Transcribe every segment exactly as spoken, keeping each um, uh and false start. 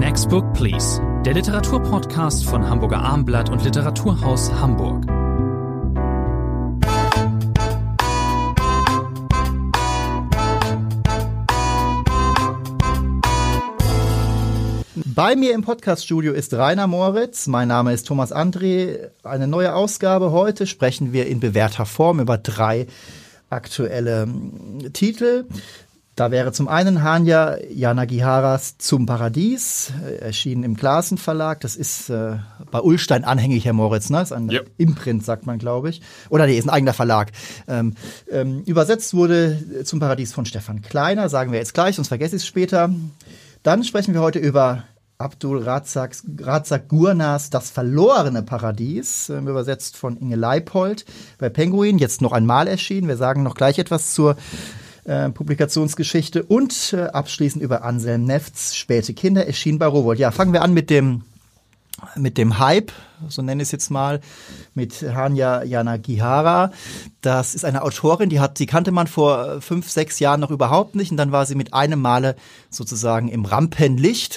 Next Book Please, der Literaturpodcast von Hamburger Armblatt und Literaturhaus Hamburg. Bei mir im Podcaststudio ist Rainer Moritz, mein Name ist Thomas André. Eine neue Ausgabe. Heute sprechen wir in bewährter Form über drei aktuelle Titel. Da wäre zum einen Hanya Yanagiharas Zum Paradies, erschienen im Glassen Verlag. Das ist äh, bei Ullstein anhängig, Herr Moritz, ne? Das ist ein yep. Imprint, sagt man, glaube ich. Oder nee, ist ein eigener Verlag. Ähm, ähm, übersetzt wurde Zum Paradies von Stefan Kleiner, sagen wir jetzt gleich, sonst vergesse ich es später. Dann sprechen wir heute über Abdul Razak, Razak Gurnas Das verlorene Paradies, äh, übersetzt von Inge Leipold bei Penguin, jetzt noch einmal erschienen. Wir sagen noch gleich etwas zur Äh, Publikationsgeschichte und äh, abschließend über Anselm Nefts Späte Kinder, erschienen bei Rowohlt. Ja, fangen wir an mit dem mit dem Hype, so nenne ich es jetzt mal, mit Hanya Yanagihara. Das ist eine Autorin, die hat, die kannte man vor fünf, sechs Jahren noch überhaupt nicht und dann war sie mit einem Male sozusagen im Rampenlicht.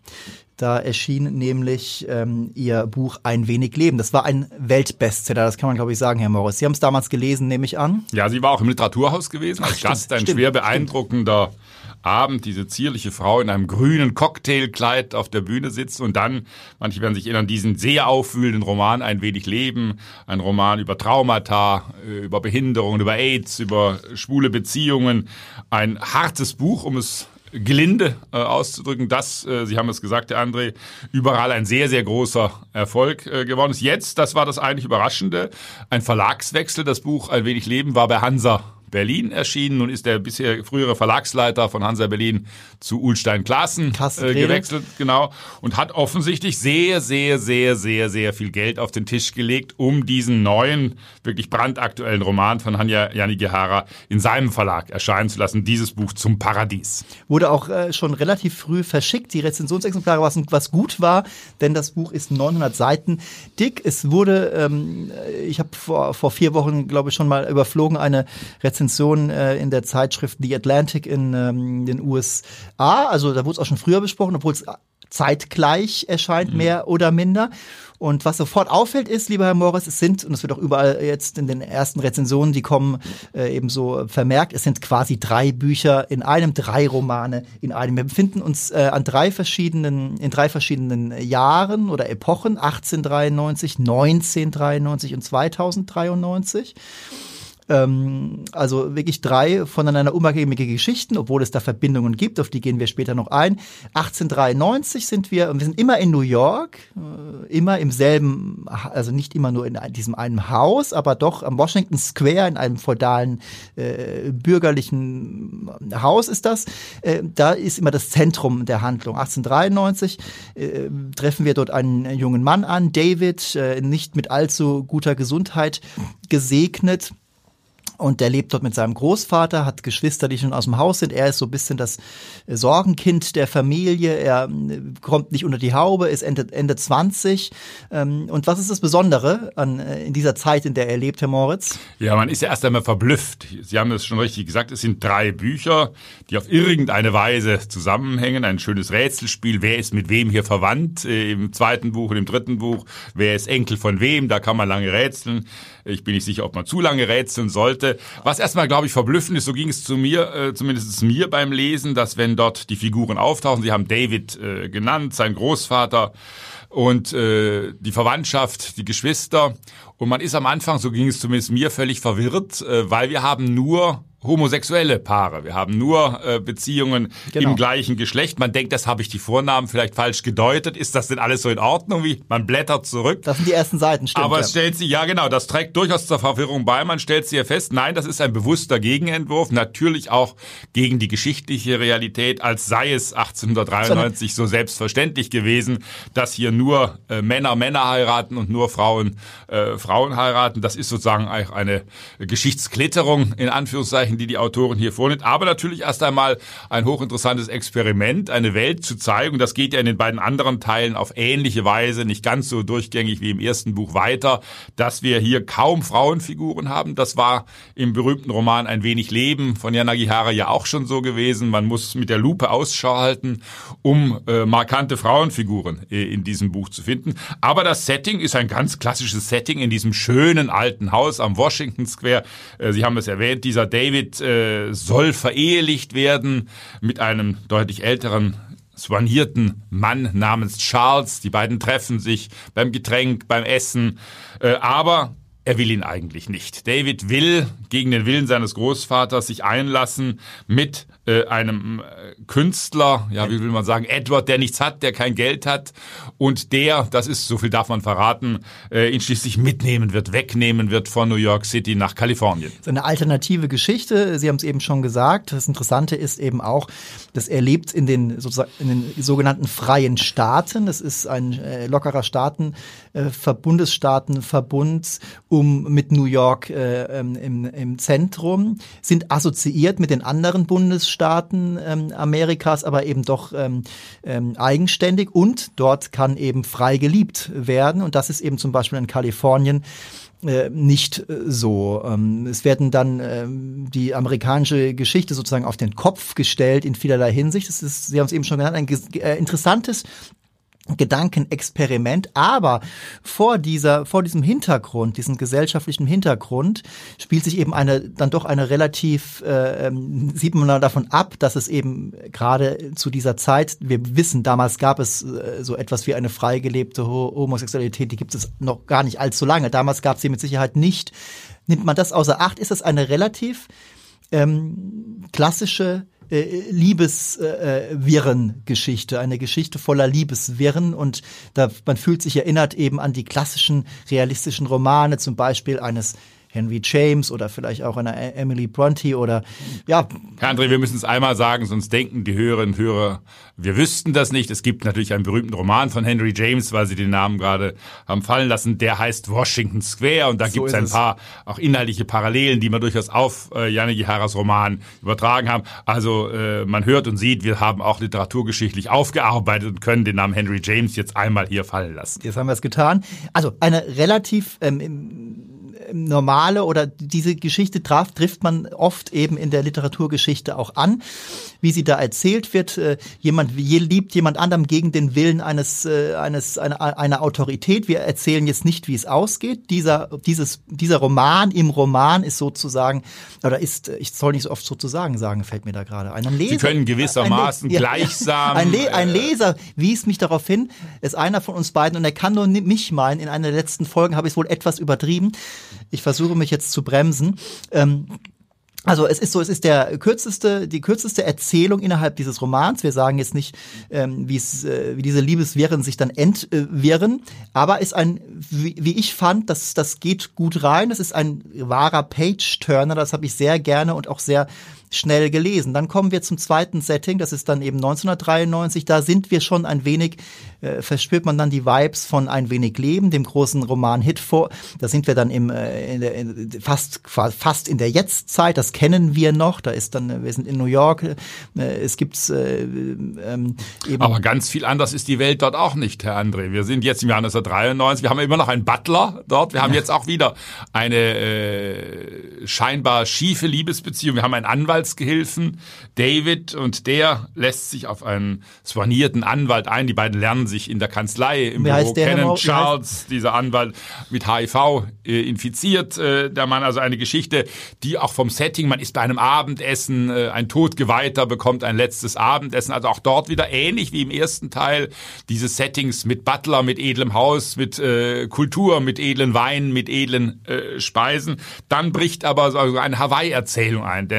Da erschien nämlich ähm, ihr Buch Ein wenig Leben. Das war ein Weltbestseller, das kann man, glaube ich, sagen, Herr Moritz. Sie haben es damals gelesen, nehme ich an. Ja, sie war auch im Literaturhaus gewesen, als Ach, Gast. Ein stimmt, schwer beeindruckender stimmt. Abend. Diese zierliche Frau in einem grünen Cocktailkleid auf der Bühne sitzt und dann, manche werden sich erinnern, diesen sehr aufwühlenden Roman Ein wenig Leben. Ein Roman über Traumata, über Behinderungen, über AIDS, über schwule Beziehungen. Ein hartes Buch, um es gelinde äh, auszudrücken, dass, äh, Sie haben es gesagt, Herr André, überall ein sehr, sehr großer Erfolg äh, geworden ist. Jetzt, das war das eigentlich Überraschende, ein Verlagswechsel. Das Buch Ein wenig Leben war bei Hansa Berlin erschienen. Nun ist der bisher frühere Verlagsleiter von Hansa Berlin zu Ullstein Glassen äh, gewechselt, genau, und hat offensichtlich sehr, sehr, sehr, sehr, sehr viel Geld auf den Tisch gelegt, um diesen neuen, wirklich brandaktuellen Roman von Hanya Yanagihara in seinem Verlag erscheinen zu lassen, dieses Buch Zum Paradies. Wurde auch äh, schon relativ früh verschickt, die Rezensionsexemplare, was, was gut war, denn das Buch ist neunhundert Seiten dick. Es wurde, ähm, ich habe vor, vor vier Wochen, glaube ich, schon mal überflogen, eine Rezension in der Zeitschrift The Atlantic in ähm, den U S A. Also da wurde es auch schon früher besprochen, obwohl es zeitgleich erscheint, mhm. mehr oder minder. Und was sofort auffällt ist, lieber Herr Moritz, es sind, und das wird auch überall jetzt in den ersten Rezensionen, die kommen, äh, eben so vermerkt, es sind quasi drei Bücher in einem, drei Romane in einem. Wir befinden uns äh, an drei verschiedenen, in drei verschiedenen Jahren oder Epochen, achtzehnhundertdreiundneunzig, neunzehnhundertdreiundneunzig und zweitausenddreiundneunzig. Also wirklich drei voneinander unabhängige Geschichten, obwohl es da Verbindungen gibt, auf die gehen wir später noch ein. achtzehnhundertdreiundneunzig sind wir, und wir sind immer in New York, immer im selben, also nicht immer nur in diesem einen Haus, aber doch am Washington Square, in einem feudalen, äh, bürgerlichen Haus ist das. Äh, da ist immer das Zentrum der Handlung. achtzehnhundertdreiundneunzig äh, treffen wir dort einen jungen Mann an, David, äh, nicht mit allzu guter Gesundheit gesegnet. Und der lebt dort mit seinem Großvater, hat Geschwister, die schon aus dem Haus sind. Er ist so ein bisschen das Sorgenkind der Familie. Er kommt nicht unter die Haube, ist Ende, Ende zwanzig. Und was ist das Besondere an in dieser Zeit, in der er lebt, Herr Moritz? Ja, man ist ja erst einmal verblüfft. Sie haben das schon richtig gesagt. Es sind drei Bücher, die auf irgendeine Weise zusammenhängen. Ein schönes Rätselspiel. Wer ist mit wem hier verwandt? Im zweiten Buch und im dritten Buch. Wer ist Enkel von wem? Da kann man lange rätseln. Ich bin nicht sicher, ob man zu lange rätseln sollte. Was erstmal, glaube ich, verblüffend ist, so ging es zu mir, äh, zumindest mir beim Lesen, dass wenn dort die Figuren auftauchen, Sie haben David äh, genannt, sein Großvater und äh, die Verwandtschaft, die Geschwister, und man ist am Anfang, so ging es zumindest mir, völlig verwirrt, äh, weil wir haben nur homosexuelle Paare. Wir haben nur äh, Beziehungen genau. im gleichen Geschlecht. Man denkt, das habe ich die Vornamen vielleicht falsch gedeutet. Ist das denn alles so in Ordnung? Wie man blättert zurück. Das sind die ersten Seiten, stimmt. Aber ja. es stellt sich, ja genau, das trägt durchaus zur Verwirrung bei. Man stellt sich ja fest, nein, das ist ein bewusster Gegenentwurf. Natürlich auch gegen die geschichtliche Realität, als sei es achtzehnhundertdreiundneunzig so selbstverständlich gewesen, dass hier nur äh, Männer Männer heiraten und nur Frauen äh, Frauen heiraten. Das ist sozusagen auch eine Geschichtsklitterung in Anführungszeichen Anführungszeichen, die die Autorin hier vornimmt. Aber natürlich erst einmal ein hochinteressantes Experiment, eine Welt zu zeigen. Das geht ja in den beiden anderen Teilen auf ähnliche Weise, nicht ganz so durchgängig wie im ersten Buch weiter, dass wir hier kaum Frauenfiguren haben. Das war im berühmten Roman Ein wenig Leben von Yanagihara ja auch schon so gewesen. Man muss mit der Lupe Ausschau halten, um äh, markante Frauenfiguren äh, in diesem Buch zu finden. Aber das Setting ist ein ganz klassisches Setting in diesem schönen alten Haus am Washington Square. Äh, Sie haben es erwähnt, dieser David äh, soll verehelicht werden mit einem deutlich älteren, soignierten Mann namens Charles. Die beiden treffen sich beim Getränk, beim Essen, äh, aber er will ihn eigentlich nicht. David will gegen den Willen seines Großvaters sich einlassen mit äh, einem äh, Künstler, ja, wie will man sagen, Edward, der nichts hat, der kein Geld hat und der, das ist, so viel darf man verraten, äh, ihn schließlich mitnehmen wird, wegnehmen wird von New York City nach Kalifornien. Das ist eine alternative Geschichte, Sie haben es eben schon gesagt. Das Interessante ist eben auch, dass er lebt in den, sozusagen, in den sogenannten freien Staaten. Das ist ein äh, lockerer Staaten, äh, Bundesstaatenverbund um mit New York äh, im, im Zentrum, sind assoziiert mit den anderen Bundesstaaten ähm, Amerikas, aber eben doch ähm, ähm, eigenständig und dort kann eben frei geliebt werden und das ist eben zum Beispiel in Kalifornien äh, nicht äh, so. Ähm, es werden dann ähm, die amerikanische Geschichte sozusagen auf den Kopf gestellt in vielerlei Hinsicht. Das ist, Sie haben es eben schon genannt, ein äh, interessantes Gedankenexperiment, aber vor dieser, vor diesem Hintergrund, diesem gesellschaftlichen Hintergrund, spielt sich eben eine, dann doch eine relativ, äh, sieht man davon ab, dass es eben gerade zu dieser Zeit, wir wissen, damals gab es äh, so etwas wie eine frei gelebte Homosexualität, die gibt es noch gar nicht allzu lange. Damals gab es sie mit Sicherheit nicht. Nimmt man das außer Acht, ist es eine relativ ähm, klassische Äh, Liebeswirren-Geschichte, eine Geschichte voller Liebeswirren und da man fühlt sich erinnert eben an die klassischen realistischen Romane, zum Beispiel eines Henry James oder vielleicht auch einer Emily Bronte oder ja. Herr André, wir müssen es einmal sagen, sonst denken die Hörerinnen und Hörer, wir wüssten das nicht. Es gibt natürlich einen berühmten Roman von Henry James, weil Sie den Namen gerade haben fallen lassen, der heißt Washington Square und da so gibt es ein paar auch inhaltliche Parallelen, die man durchaus auf äh, Yanagiharas Roman übertragen haben. Also äh, man hört und sieht, wir haben auch literaturgeschichtlich aufgearbeitet und können den Namen Henry James jetzt einmal hier fallen lassen. Jetzt haben wir es getan. Also eine relativ ähm, normale oder diese Geschichte traf, trifft man oft eben in der Literaturgeschichte auch an, wie sie da erzählt wird. Äh, jemand liebt jemand anderem gegen den Willen eines äh, eines einer, einer Autorität. Wir erzählen jetzt nicht, wie es ausgeht. Dieser dieses dieser Roman im Roman ist sozusagen oder ist, ich soll nicht so oft sozusagen sagen, fällt mir da gerade ein. ein Leser, Sie können gewissermaßen ein Le- gleichsam ein, Le- ein Leser wies mich darauf hin, ist einer von uns beiden und er kann nur mich meinen. In einer der letzten Folgen habe ich es wohl etwas übertrieben. Ich versuche mich jetzt zu bremsen. Ähm, Also es ist so, es ist der kürzeste, die kürzeste Erzählung innerhalb dieses Romans. Wir sagen jetzt nicht, ähm, wie es, äh, wie diese Liebeswirren sich dann entwirren, aber ist ein, wie, wie ich fand, das, das geht gut rein. Das ist ein wahrer Page-Turner. Das habe ich sehr gerne und auch sehr schnell gelesen. Dann kommen wir zum zweiten Setting, das ist dann eben neunzehnhundertdreiundneunzig, da sind wir schon ein wenig, äh, verspürt man dann die Vibes von Ein wenig Leben, dem großen Roman Hit vor, da sind wir dann im, äh, in der, in, fast, fast in der Jetztzeit, das kennen wir noch, da ist dann, wir sind in New York, äh, es gibt äh, ähm, eben. Aber ganz viel anders ist die Welt dort auch nicht, Herr André. Wir sind jetzt im Jahr neunzehnhundertdreiundneunzig, wir haben immer noch einen Butler dort, wir haben jetzt auch wieder eine äh, scheinbar schiefe Liebesbeziehung, wir haben einen Anwalt, Anwaltsgehilfen David und der lässt sich auf einen soignierten Anwalt ein. Die beiden lernen sich in der Kanzlei im Wie Büro heißt der kennen. Herr Charles, dieser Anwalt, mit H I V äh, infiziert. Äh, der Mann, also eine Geschichte, die auch vom Setting, man ist bei einem Abendessen, äh, ein Todgeweihter bekommt ein letztes Abendessen. Also auch dort wieder ähnlich wie im ersten Teil. Diese Settings mit Butler, mit edlem Haus, mit äh, Kultur, mit edlen Weinen, mit edlen äh, Speisen. Dann bricht aber so eine Hawaii-Erzählung ein, denn es gibt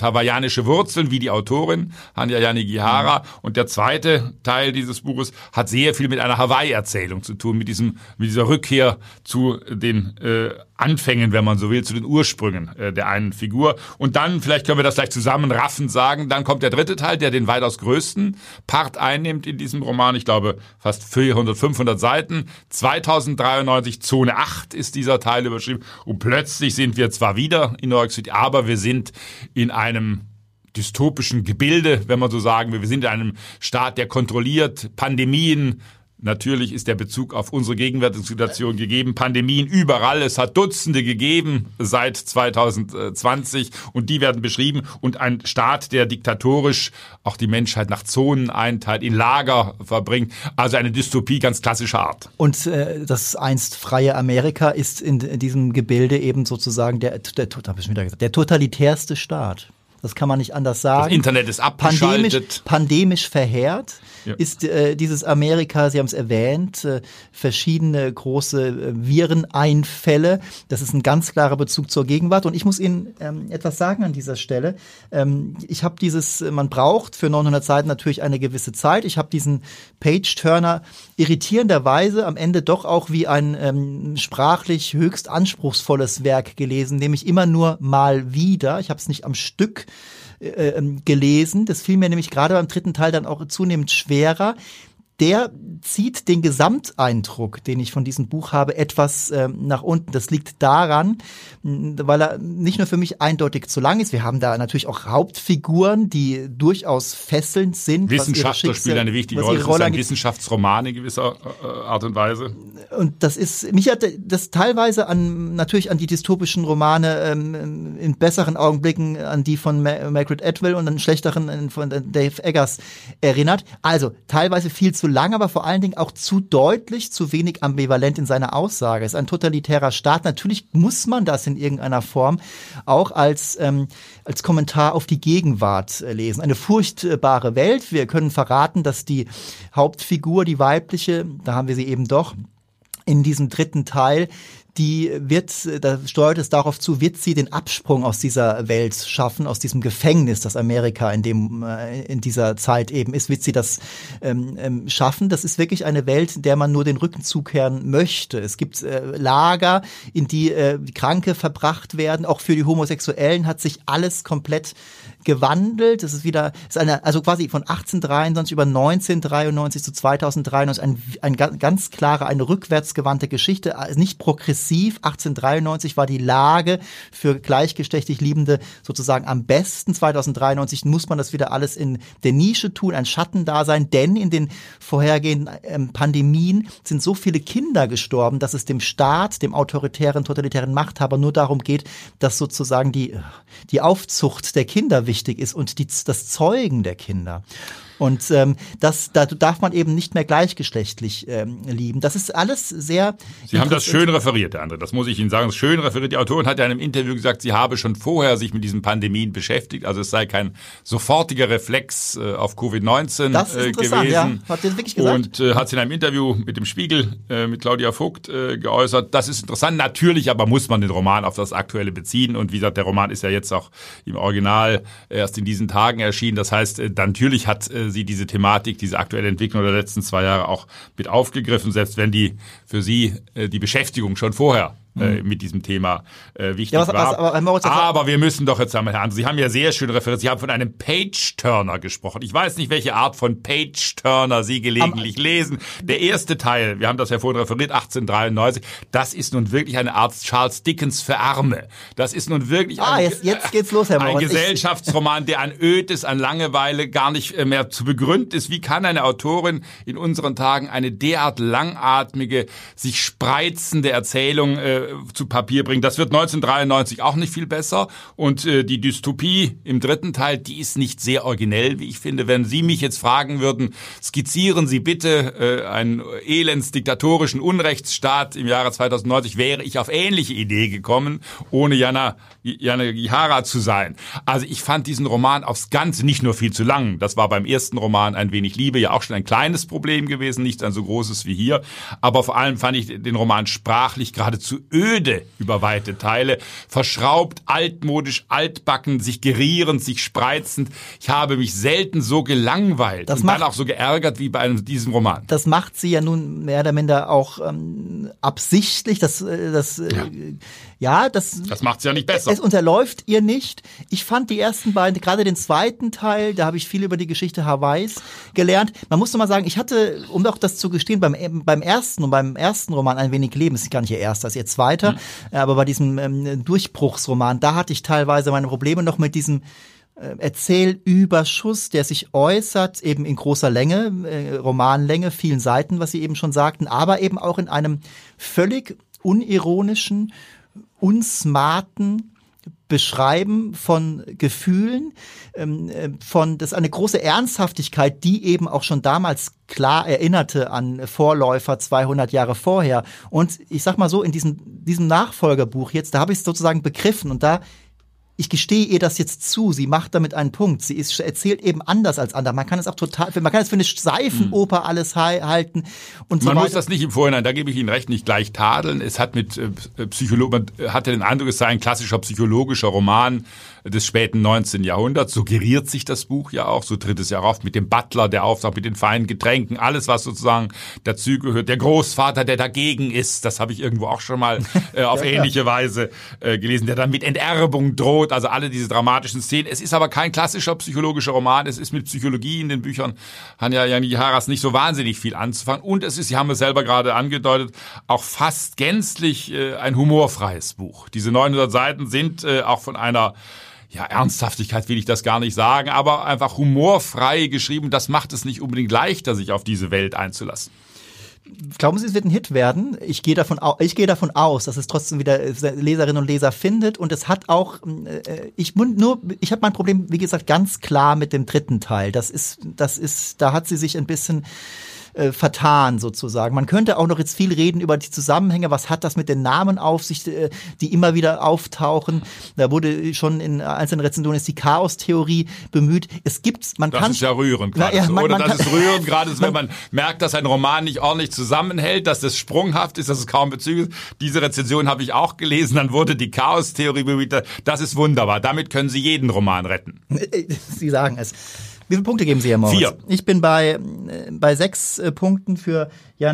hat hawaiianische Wurzeln, wie die Autorin Hanya Yanagihara. Mhm. Und der zweite Teil dieses Buches hat sehr viel mit einer Hawaii-Erzählung zu tun, mit diesem, mit dieser Rückkehr zu den äh, Anfängen, wenn man so will, zu den Ursprüngen äh, der einen Figur. Und dann, vielleicht können wir das gleich zusammenraffend sagen, dann kommt der dritte Teil, der den weitaus größten Part einnimmt in diesem Roman. Ich glaube, fast vierhundert, fünfhundert Seiten. zweitausenddreiundneunzig, Zone acht ist dieser Teil überschrieben. Und plötzlich sind wir zwar wieder in New York City, aber wir sind in einem dystopischen Gebilde, wenn man so sagen will. Wir sind in einem Staat, der kontrolliert Pandemien. Natürlich ist der Bezug auf unsere gegenwärtige Situation gegeben. Pandemien überall. Es hat Dutzende gegeben seit zweitausendzwanzig und die werden beschrieben. Und ein Staat, der diktatorisch auch die Menschheit nach Zonen einteilt, in Lager verbringt. Also eine Dystopie ganz klassischer Art. Und äh, das einst freie Amerika ist in, in diesem Gebilde eben sozusagen der, der, der, der, der totalitärste Staat. Das kann man nicht anders sagen. Das Internet ist abgeschaltet. Pandemisch, pandemisch verheert ja. ist äh, dieses Amerika, Sie haben es erwähnt, äh, verschiedene große äh, Vireneinfälle. Das ist ein ganz klarer Bezug zur Gegenwart. Und ich muss Ihnen ähm, etwas sagen an dieser Stelle. Ähm, ich habe dieses, man braucht für neunhundert Seiten natürlich eine gewisse Zeit. Ich habe diesen Page-Turner irritierenderweise am Ende doch auch wie ein ähm, sprachlich höchst anspruchsvolles Werk gelesen, nämlich immer nur mal wieder. Ich habe es nicht am Stück gelesen. Das fiel mir nämlich gerade beim dritten Teil dann auch zunehmend schwerer. Der zieht den Gesamteindruck, den ich von diesem Buch habe, etwas äh, nach unten. Das liegt daran, weil er nicht nur für mich eindeutig zu lang ist. Wir haben da natürlich auch Hauptfiguren, die durchaus fesselnd sind. Wissenschaftler spielen eine wichtige Rolle. Das ist ein Wissenschaftsroman in gewisser äh, Art und Weise. Und das ist, mich hat das teilweise an, natürlich an die dystopischen Romane ähm, in besseren Augenblicken an die von Ma- Margaret Atwood und an schlechteren von Dave Eggers erinnert. Also teilweise viel zu lang, aber vor allen Dingen auch zu deutlich, zu wenig ambivalent in seiner Aussage. Es ist ein totalitärer Staat. Natürlich muss man das in irgendeiner Form auch als, ähm, als Kommentar auf die Gegenwart äh, lesen. Eine furchtbare Welt. Wir können verraten, dass die Hauptfigur, die weibliche, da haben wir sie eben doch, in diesem dritten Teil, die wird, da steuert es darauf zu, wird sie den Absprung aus dieser Welt schaffen, aus diesem Gefängnis, das Amerika in dem in dieser Zeit eben ist, wird sie das ähm, schaffen. Das ist wirklich eine Welt, in der man nur den Rücken zukehren möchte. Es gibt äh, Lager, in die äh, Kranke verbracht werden. Auch für die Homosexuellen hat sich alles komplett gewandelt. Es ist wieder, ist eine, also quasi von achtzehnhundertdreiundneunzig über neunzehnhundertdreiundneunzig zu zweitausenddreiundneunzig ein, ein ganz klare, eine rückwärtsgewandte Geschichte, nicht progressiv. achtzehnhundertdreiundneunzig war die Lage für gleichgeschlechtlich Liebende sozusagen am besten. zweitausenddreiundneunzig muss man das wieder alles in der Nische tun, ein Schattendasein, denn in den vorhergehenden ähm, Pandemien sind so viele Kinder gestorben, dass es dem Staat, dem autoritären, totalitären Machthaber nur darum geht, dass sozusagen die, die Aufzucht der Kinder wichtig ist und die, das Zeugen der Kinder. Und ähm, das, da darf man eben nicht mehr gleichgeschlechtlich ähm, lieben. Das ist alles sehr... Sie haben das schön referiert, Herr André. Das muss ich Ihnen sagen. Schön referiert. Die Autorin hat ja in einem Interview gesagt, sie habe schon vorher sich mit diesen Pandemien beschäftigt. Also es sei kein sofortiger Reflex äh, auf Covid neunzehn das ist äh, interessant, gewesen. Ja. Hat sie wirklich gesagt? Und äh, hat sie in einem Interview mit dem Spiegel, äh, mit Claudia Vogt äh, geäußert. Das ist interessant. Natürlich aber muss man den Roman auf das Aktuelle beziehen. Und wie gesagt, der Roman ist ja jetzt auch im Original erst in diesen Tagen erschienen. Das heißt, äh, natürlich hat äh, sie diese Thematik, diese aktuelle Entwicklung der letzten zwei Jahre auch mit aufgegriffen, selbst wenn die für Sie äh, die Beschäftigung schon vorher äh, mit diesem Thema äh, wichtig ja, was, war. Was, aber, Moritz, aber wir müssen doch jetzt einmal, Herr André, Sie haben ja sehr schön referiert, Sie haben von einem Page-Turner gesprochen. Ich weiß nicht, welche Art von Page-Turner Sie gelegentlich am, lesen. Der erste Teil, wir haben das ja vorhin referiert, achtzehnhundertdreiundneunzig, das ist nun wirklich eine Art Charles Dickens für Arme. Das ist nun wirklich ah, ein, jetzt, jetzt geht's los, Herr ein Gesellschaftsroman, der an Ödes, an Langeweile gar nicht mehr zu begründen ist. Wie kann eine Autorin in unseren Tagen eine derart langatmige, sich spreizende Erzählung äh, zu Papier bringen? Das wird neunzehnhundertdreiundneunzig auch nicht viel besser. Und äh, die Dystopie im dritten Teil, die ist nicht sehr originell, wie ich finde. Wenn Sie mich jetzt fragen würden, skizzieren Sie bitte äh, einen elends-diktatorischen Unrechtsstaat im Jahre zweitausendneunzig, wäre ich auf ähnliche Idee gekommen, ohne Jana, Yanagihara zu sein. Also ich fand diesen Roman aufs Ganze nicht nur viel zu lang. Das war beim ersten Roman Ein wenig Liebe ja auch schon ein kleines Problem gewesen, nicht ein so großes wie hier. Aber vor allem fand ich den Roman sprachlich geradezu öde über weite Teile, verschraubt, altmodisch, altbacken, sich gerierend, sich spreizend. Ich habe mich selten so gelangweilt das und macht, dann auch so geärgert wie bei einem, diesem Roman. Das macht sie ja nun mehr oder minder auch ähm, absichtlich. Das, das, ja. Äh, ja, das, das macht es ja nicht besser. Es unterläuft ihr nicht. Ich fand die ersten beiden, gerade den zweiten Teil, da habe ich viel über die Geschichte Hawaiis gelernt. Man muss doch mal sagen, ich hatte, um auch das zu gestehen, beim, beim ersten und beim ersten Roman Ein wenig Leben, das ist gar nicht ihr erster, das ist ihr zweiter, mhm. aber bei diesem ähm, Durchbruchsroman, da hatte ich teilweise meine Probleme noch mit diesem äh, Erzählüberschuss, der sich äußert, eben in großer Länge, äh, Romanlänge, vielen Seiten, was Sie eben schon sagten, aber eben auch in einem völlig unironischen, unsmarten Beschreiben von Gefühlen, von das ist eine große Ernsthaftigkeit, die eben auch schon damals klar erinnerte an Vorläufer zweihundert Jahre vorher. Und ich sag mal so, in diesem, diesem Nachfolgerbuch jetzt, da habe ich es sozusagen begriffen und da ich gestehe ihr das jetzt zu, sie macht damit einen Punkt. Sie ist, erzählt eben anders als andere. Man kann es auch total, man kann es für eine Seifenoper mhm. alles he- halten und so Man weiter. muss das nicht im Vorhinein, da gebe ich Ihnen recht, nicht gleich tadeln. Es hat mit äh, Psychologen, man hatte den Eindruck, es sei ein klassischer psychologischer Roman des späten neunzehnten Jahrhunderts. Suggeriert sich das Buch ja auch, so tritt es ja auf, mit dem Butler, der auftaucht, mit den feinen Getränken, alles, was sozusagen dazugehört. Der Großvater, der dagegen ist, das habe ich irgendwo auch schon mal äh, auf ja, ähnliche ja. Weise äh, gelesen, der dann mit Enterbung droht. Also alle diese dramatischen Szenen. Es ist aber kein klassischer psychologischer Roman. Es ist mit Psychologie in den Büchern Hanya Yanigiharas nicht so wahnsinnig viel anzufangen. Und es ist, Sie haben es selber gerade angedeutet, auch fast gänzlich äh, ein humorfreies Buch. Diese neunhundert Seiten sind äh, auch von einer ja, Ernsthaftigkeit will ich das gar nicht sagen, aber einfach humorfrei geschrieben. Das macht es nicht unbedingt leichter, sich auf diese Welt einzulassen. Glauben Sie, es wird ein Hit werden? Ich gehe davon, ich gehe davon aus, dass es trotzdem wieder Leserinnen und Leser findet. Und es hat auch, ich nur, ich habe mein Problem, wie gesagt, ganz klar mit dem dritten Teil. Das ist, das ist, da hat sie sich ein bisschen äh, vertan sozusagen. Man könnte auch noch jetzt viel reden über die Zusammenhänge. Was hat das mit den Namen auf sich, äh, die immer wieder auftauchen? Da wurde schon in einzelnen Rezensionen ist die Chaos-Theorie bemüht. Es gibt, man das kann. Das ist ja rührend gerade. Ja, Oder das ist rührend gerade, wenn man merkt, dass ein Roman nicht ordentlich zusammenhält, dass das sprunghaft ist, dass es kaum Bezüge ist. Diese Rezension habe ich auch gelesen. Dann wurde die Chaos-Theorie bemüht. Das ist wunderbar. Damit können Sie jeden Roman retten. Sie sagen es. Wie viele Punkte geben Sie, Herr Moritz? Vier. Ich bin bei, bei sechs äh, Punkten für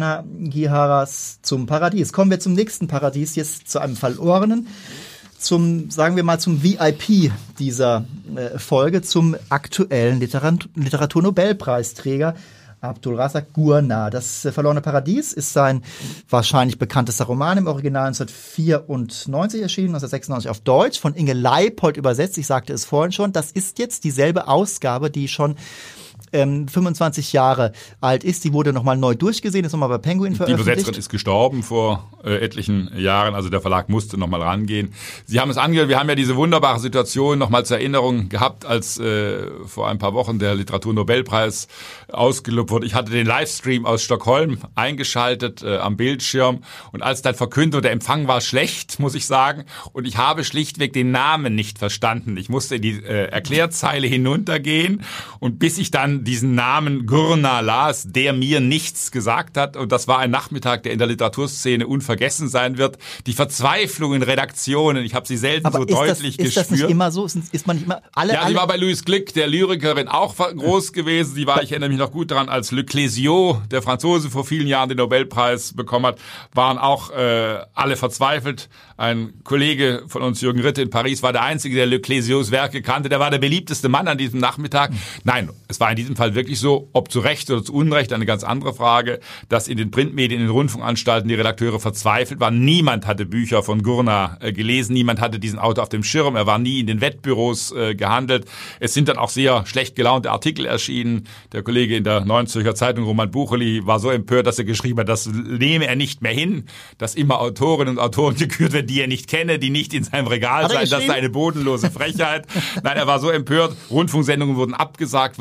Yanagiharas zum Paradies. Kommen wir zum nächsten Paradies, jetzt zu einem Verlorenen. Zum, sagen wir mal, zum V I P dieser äh, Folge, zum aktuellen Literat- Literaturnobelpreisträger Abdulrazak Gurnah. Das äh, Verlorene Paradies ist sein wahrscheinlich bekanntester Roman, im Original neunzehnhundertvierundneunzig erschienen, neunzehnhundertsechsundneunzig auf Deutsch, von Inge Leipold übersetzt. Ich sagte es vorhin schon. Das ist jetzt dieselbe Ausgabe, die schon ähm, fünfundzwanzig Jahre alt ist. Die wurde nochmal neu durchgesehen, ist nochmal bei Penguin veröffentlicht. Die Übersetzerin ist gestorben vor äh, etlichen Jahren, also der Verlag musste nochmal rangehen. Sie haben es angehört, wir haben ja diese wunderbare Situation nochmal zur Erinnerung gehabt, als äh, vor ein paar Wochen der Literaturnobelpreis ausgelobt wurde. Ich hatte den Livestream aus Stockholm eingeschaltet äh, am Bildschirm und als dann verkündet wurde, der Empfang war schlecht, muss ich sagen, und ich habe schlichtweg den Namen nicht verstanden. Ich musste in die äh, Erklärzeile hinuntergehen und bis ich dann diesen Namen Gurnah las, der mir nichts gesagt hat, und das war ein Nachmittag, der in der Literaturszene unvergessen sein wird. Die Verzweiflung in Redaktionen, ich habe sie selten aber so ist deutlich das, ist gespürt. Ist das nicht immer so? Ist, ist man nicht immer alle? Ja, alle die war bei Louise Glück, der Lyrikerin, auch groß gewesen. Die war, ich erinnere mich noch gut daran, als Le Clésio, der Franzose, vor vielen Jahren den Nobelpreis bekommen hat, waren auch äh, alle verzweifelt. Ein Kollege von uns, Jürgen Ritte in Paris, war der Einzige, der Le Clésios Werke kannte. Der war der beliebteste Mann an diesem Nachmittag. Nein, es war in diesem Fall wirklich so, ob zu Recht oder zu Unrecht, eine ganz andere Frage, dass in den Printmedien, in den Rundfunkanstalten die Redakteure verzweifelt waren. Niemand hatte Bücher von Gurnah äh, gelesen, niemand hatte diesen Autor auf dem Schirm, er war nie in den Wettbüros äh, gehandelt. Es sind dann auch sehr schlecht gelaunte Artikel erschienen. Der Kollege in der Neuen Zürcher Zeitung, Roman Bucheli, war so empört, dass er geschrieben hat, das nehme er nicht mehr hin, dass immer Autorinnen und Autoren gekürt werden, die er nicht kenne, die nicht in seinem Regal seien. Das sei eine bodenlose Frechheit. Nein, er war so empört. Rundfunksendungen wurden abgesagt, weil sich keine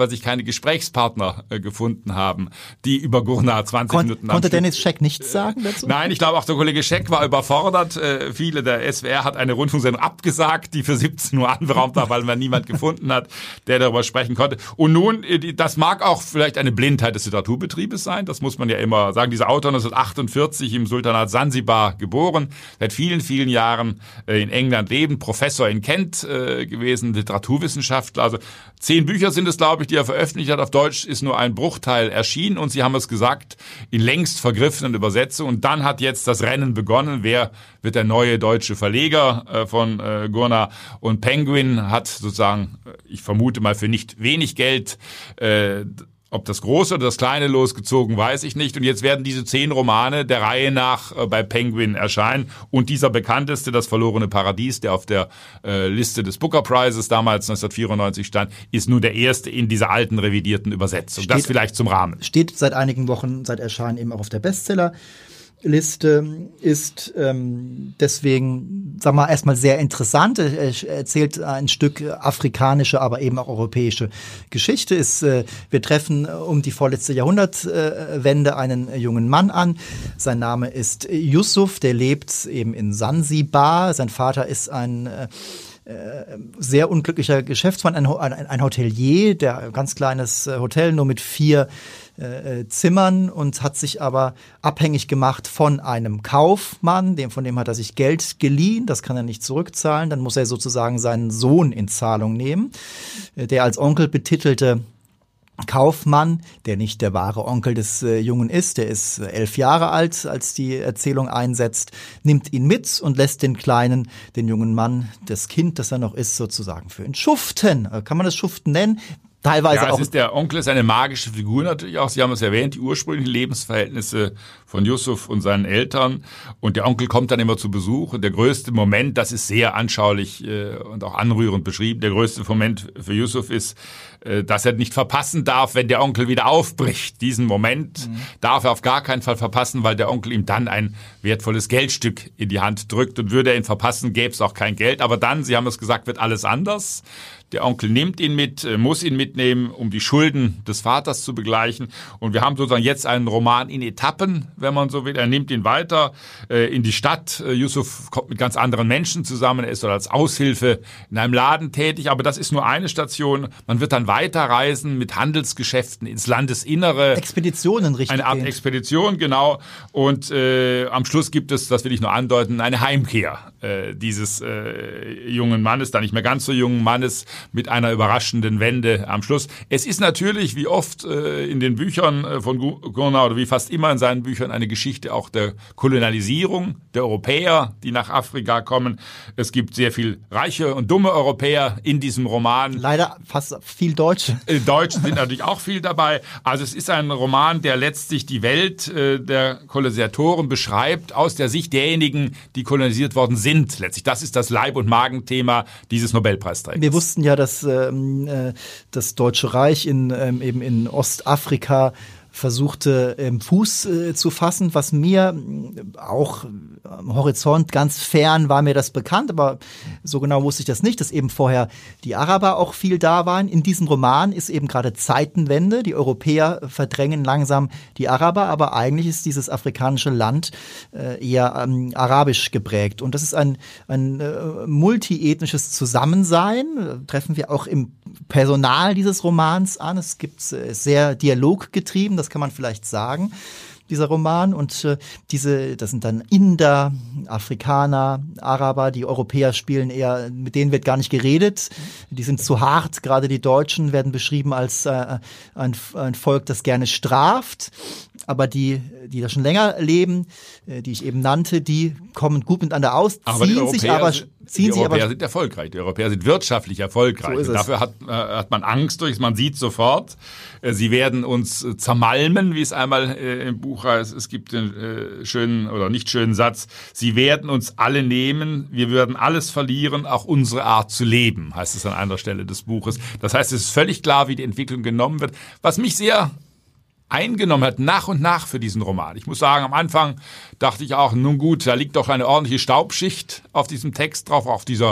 Gesprächspartner äh, gefunden haben, die über Gurnah zwanzig Kon- Minuten... Konnte Dennis Scheck nichts sagen dazu? Nein, ich glaube auch der Kollege Scheck war überfordert. Äh, viele der S W R hat eine Rundfunksendung abgesagt, die für siebzehn Uhr anberaumt war, weil man niemand gefunden hat, der darüber sprechen konnte. Und nun, äh, das mag auch vielleicht eine Blindheit des Literaturbetriebes sein, das muss man ja immer sagen. Dieser Autor neunzehnhundertachtundvierzig im Sultanat Sansibar geboren, seit vielen, vielen Jahren äh, in England leben, Professor in Kent äh, gewesen, Literaturwissenschaftler. Also zehn Bücher sind es, glaube ich, die er veröffentlicht hat. Auf Deutsch ist nur ein Bruchteil erschienen und Sie haben es gesagt, in längst vergriffenen Übersetzungen. Und dann hat jetzt das Rennen begonnen. Wer wird der neue deutsche Verleger äh, von äh, Gurnah? Und Penguin hat sozusagen, ich vermute mal für nicht wenig Geld, äh, ob das große oder das kleine losgezogen, weiß ich nicht. Und jetzt werden diese zehn Romane der Reihe nach äh, bei Penguin erscheinen. Und dieser bekannteste, Das verlorene Paradies, der auf der äh, Liste des Booker Prizes damals neunzehnhundertvierundneunzig stand, ist nun der erste in dieser alten revidierten Übersetzung. Steht, das vielleicht zum Rahmen. Steht seit einigen Wochen, seit Erscheinen eben auch auf der Bestseller. Liste ist ähm, deswegen, sag mal, erstmal sehr interessant. Er erzählt ein Stück afrikanische, aber eben auch europäische Geschichte. Ist, äh, wir treffen um die vorletzte Jahrhundertwende einen jungen Mann an. Sein Name ist Yusuf, der lebt eben in Sansibar. Sein Vater ist ein äh, sehr unglücklicher Geschäftsmann, ein, ein, ein Hotelier, der ein ganz kleines Hotel nur mit vier äh, Zimmern und hat sich aber abhängig gemacht von einem Kaufmann, dem, von dem hat er sich Geld geliehen, das kann er nicht zurückzahlen, dann muss er sozusagen seinen Sohn in Zahlung nehmen, der als Onkel betitelte Kaufmann, der nicht der wahre Onkel des äh, Jungen ist, der ist äh, elf Jahre alt, als die Erzählung einsetzt, nimmt ihn mit und lässt den Kleinen, den jungen Mann, das Kind, das er noch ist, sozusagen für ihn schuften. Äh, kann man das Schuften nennen? Teilweise ja, auch. Es ist, der Onkel ist eine magische Figur natürlich auch. Sie haben es erwähnt, die ursprünglichen Lebensverhältnisse von Yusuf und seinen Eltern. Und der Onkel kommt dann immer zu Besuch. Und der größte Moment, das ist sehr anschaulich äh, und auch anrührend beschrieben, der größte Moment für Yusuf ist, äh, dass er nicht verpassen darf, wenn der Onkel wieder aufbricht. Diesen Moment mhm. darf er auf gar keinen Fall verpassen, weil der Onkel ihm dann ein wertvolles Geldstück in die Hand drückt. Und würde er ihn verpassen, gäbe es auch kein Geld. Aber dann, Sie haben es gesagt, wird alles anders. Der Onkel nimmt ihn mit, muss ihn mitnehmen, um die Schulden des Vaters zu begleichen. Und wir haben sozusagen jetzt einen Roman in Etappen, wenn man so will. Er nimmt ihn weiter äh, in die Stadt. Yusuf kommt mit ganz anderen Menschen zusammen. Er ist dort als Aushilfe in einem Laden tätig. Aber das ist nur eine Station. Man wird dann weiterreisen mit Handelsgeschäften ins Landesinnere. Expeditionen, richtig. Eine Art Expedition, genau. Und äh, am Schluss gibt es, das will ich nur andeuten, eine Heimkehr äh, dieses äh, jungen Mannes, da nicht mehr ganz so jungen Mannes, mit einer überraschenden Wende am Schluss. Es ist natürlich, wie oft äh, in den Büchern äh, von Gurnah oder wie fast immer in seinen Büchern, eine Geschichte auch der Kolonialisierung der Europäer, die nach Afrika kommen. Es gibt sehr viel reiche und dumme Europäer in diesem Roman. Leider fast viel Deutsche. Äh, Deutsche sind natürlich auch viel dabei. Also es ist ein Roman, der letztlich die Welt äh, der Kolonisatoren beschreibt, aus der Sicht derjenigen, die kolonisiert worden sind. Letztlich, das ist das Leib- und Magenthema dieses Nobelpreisträgers. Wir wussten ja, dass ähm, äh, das Deutsche Reich in, ähm, eben in Ostafrika versuchte, ähm, Fuß äh, zu fassen, was mir äh, auch am Horizont ganz fern war mir das bekannt, aber so genau wusste ich das nicht, dass eben vorher die Araber auch viel da waren. In diesem Roman ist eben gerade Zeitenwende, die Europäer verdrängen langsam die Araber, aber eigentlich ist dieses afrikanische Land äh, eher ähm, arabisch geprägt und das ist ein, ein äh, multiethnisches Zusammensein, äh, treffen wir auch im Personal dieses Romans an. Es gibt äh, sehr dialoggetrieben, das kann man vielleicht sagen, dieser Roman. Und äh, diese, das sind dann Inder, Afrikaner, Araber, die Europäer spielen eher, mit denen wird gar nicht geredet. Die sind zu hart, gerade die Deutschen werden beschrieben als äh, ein, ein Volk, das gerne straft. Aber die, die da schon länger leben, äh, die ich eben nannte, die kommen gut miteinander aus, aber ziehen sich aber... Sind Ziehen die Europäer aber, sind erfolgreich, die Europäer sind wirtschaftlich erfolgreich. So und dafür hat, äh, hat man Angst durch, man sieht sofort, äh, sie werden uns äh, zermalmen, wie es einmal äh, im Buch heißt. Es gibt den äh, schönen oder nicht schönen Satz, sie werden uns alle nehmen, wir würden alles verlieren, auch unsere Art zu leben, heißt es an einer Stelle des Buches. Das heißt, es ist völlig klar, wie die Entwicklung genommen wird. Was mich sehr eingenommen hat, nach und nach für diesen Roman. Ich muss sagen, am Anfang dachte ich auch, nun gut, da liegt doch eine ordentliche Staubschicht auf diesem Text drauf, auf dieser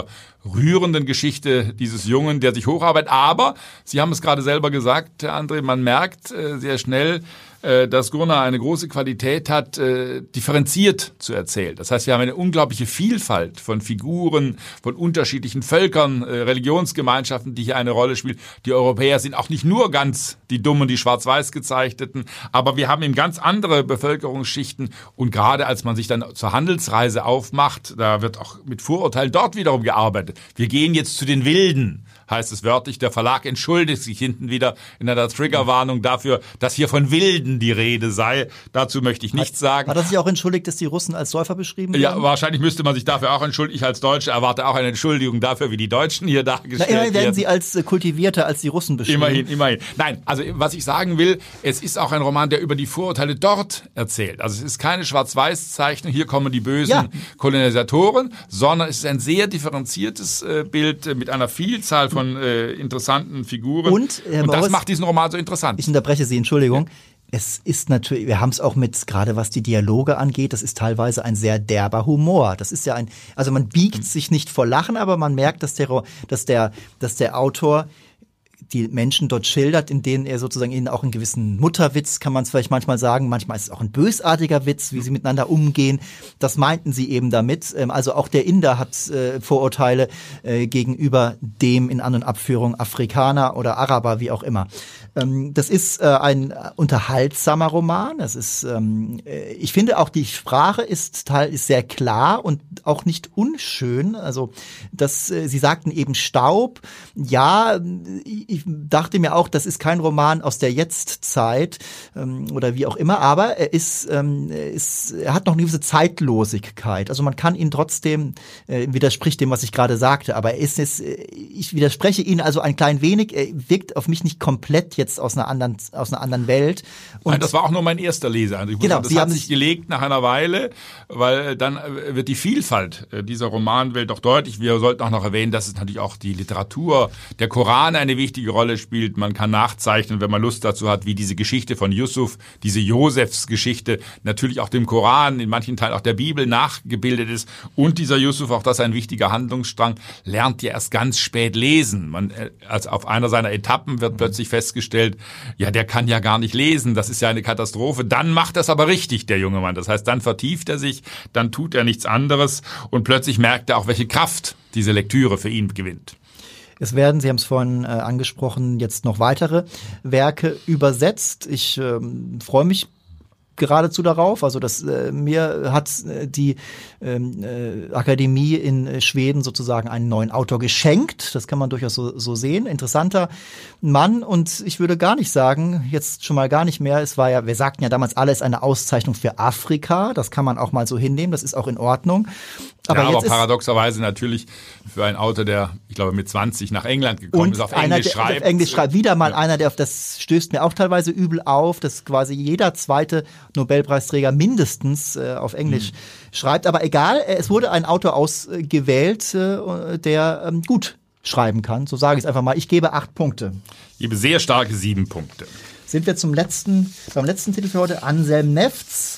rührenden Geschichte dieses Jungen, der sich hocharbeitet. Aber, Sie haben es gerade selber gesagt, Herr André, man merkt äh, sehr schnell, äh, dass Gurnah eine große Qualität hat, äh, differenziert zu erzählen. Das heißt, wir haben eine unglaubliche Vielfalt von Figuren, von unterschiedlichen Völkern, äh, Religionsgemeinschaften, die hier eine Rolle spielen. Die Europäer sind auch nicht nur ganz die dummen, die schwarz-weiß gezeichneten, aber wir haben eben ganz andere Bevölkerungsschichten. Und gerade als man sich dann zur Handelsreise aufmacht, da wird auch mit Vorurteilen dort wiederum gearbeitet. Wir gehen jetzt zu den Wilden, heißt es wörtlich. Der Verlag entschuldigt sich hinten wieder in einer Triggerwarnung dafür, dass hier von Wilden die Rede sei. Dazu möchte ich nichts sagen. Hat er sich auch entschuldigt, dass die Russen als Säufer beschrieben werden? Ja, wahrscheinlich müsste man sich dafür auch entschuldigen. Ich als Deutsche erwarte auch eine Entschuldigung dafür, wie die Deutschen hier dargestellt werden. Immerhin werden sie als kultivierter als die Russen beschrieben. Immerhin, immerhin. Nein, also was ich sagen will, es ist auch ein Roman, der über die Vorurteile dort erzählt. Also es ist keine Schwarz-Weiß-Zeichnung, hier kommen die bösen ja. Kolonisatoren, sondern es ist ein sehr differenziertes äh, Bild äh, mit einer Vielzahl von äh, interessanten Figuren. Und, äh, Und das Boris, macht diesen Roman so interessant. Ich unterbreche Sie, Entschuldigung. Ja. Es ist natürlich, wir haben es auch mit, gerade was die Dialoge angeht, das ist teilweise ein sehr derber Humor. Das ist ja ein, also man biegt sich nicht vor Lachen, aber man merkt, dass der, dass der, dass der Autor die Menschen dort schildert, in denen er sozusagen ihnen auch einen gewissen Mutterwitz, kann man es vielleicht manchmal sagen, manchmal ist es auch ein bösartiger Witz, wie sie miteinander umgehen. Das meinten sie eben damit. Also auch der Inder hat äh, Vorurteile äh, gegenüber dem in An- und Abführung Afrikaner oder Araber, wie auch immer. Ähm, das ist äh, ein unterhaltsamer Roman. Das ist, ähm, ich finde auch die Sprache ist, teil, ist sehr klar und auch nicht unschön. Also das, äh, Sie sagten eben Staub. Ja, ich dachte mir auch, das ist kein Roman aus der Jetztzeit ähm, oder wie auch immer, aber er ist, ähm, ist, er hat noch eine gewisse Zeitlosigkeit. Also man kann ihn trotzdem, äh, widerspricht dem, was ich gerade sagte, aber er ist es, ich widerspreche Ihnen also ein klein wenig, er wirkt auf mich nicht komplett jetzt aus einer anderen, aus einer anderen Welt. Und Nein, das war auch nur mein erster Leseeindruck. Genau, das Sie hat haben sich gelegt nach einer Weile, weil dann wird die Vielfalt dieser Romanwelt doch deutlich. Wir sollten auch noch erwähnen, dass es natürlich auch die Literatur, der Koran eine wichtige Rolle spielt. Man kann nachzeichnen, wenn man Lust dazu hat, wie diese Geschichte von Yusuf, diese Josefs-Geschichte, natürlich auch dem Koran, in manchen Teilen auch der Bibel nachgebildet ist. Und dieser Yusuf, auch das ein wichtiger Handlungsstrang, lernt ja erst ganz spät lesen. Man, also auf einer seiner Etappen wird plötzlich festgestellt, ja, der kann ja gar nicht lesen, das ist ja eine Katastrophe. Dann macht er es aber richtig, der junge Mann. Das heißt, dann vertieft er sich, dann tut er nichts anderes und plötzlich merkt er auch, welche Kraft diese Lektüre für ihn gewinnt. Es werden, Sie haben es vorhin äh, angesprochen, jetzt noch weitere Werke übersetzt. Ich ähm, freue mich geradezu darauf. Also das äh, mir hat äh, die ähm, äh, Akademie in äh, Schweden sozusagen einen neuen Autor geschenkt. Das kann man durchaus so, so sehen. Interessanter Mann. Und ich würde gar nicht sagen, jetzt schon mal gar nicht mehr, es war ja, wir sagten ja damals alles eine Auszeichnung für Afrika. Das kann man auch mal so hinnehmen. Das ist auch in Ordnung. Aber, ja, jetzt aber paradoxerweise natürlich für einen Autor, der, ich glaube, mit zwanzig nach England gekommen ist, auf einer, Englisch der, schreibt. Auf Englisch schreibt. Wieder mal ja. einer, der auf das stößt mir auch teilweise übel auf, dass quasi jeder zweite Nobelpreisträger mindestens äh, auf Englisch mhm. schreibt. Aber egal, es wurde ein Autor ausgewählt, äh, der ähm, gut schreiben kann. So sage ich es einfach mal. Ich gebe acht Punkte. Ich gebe sehr starke sieben Punkte. Sind wir zum letzten, beim letzten Titel für heute, Anselm Nefts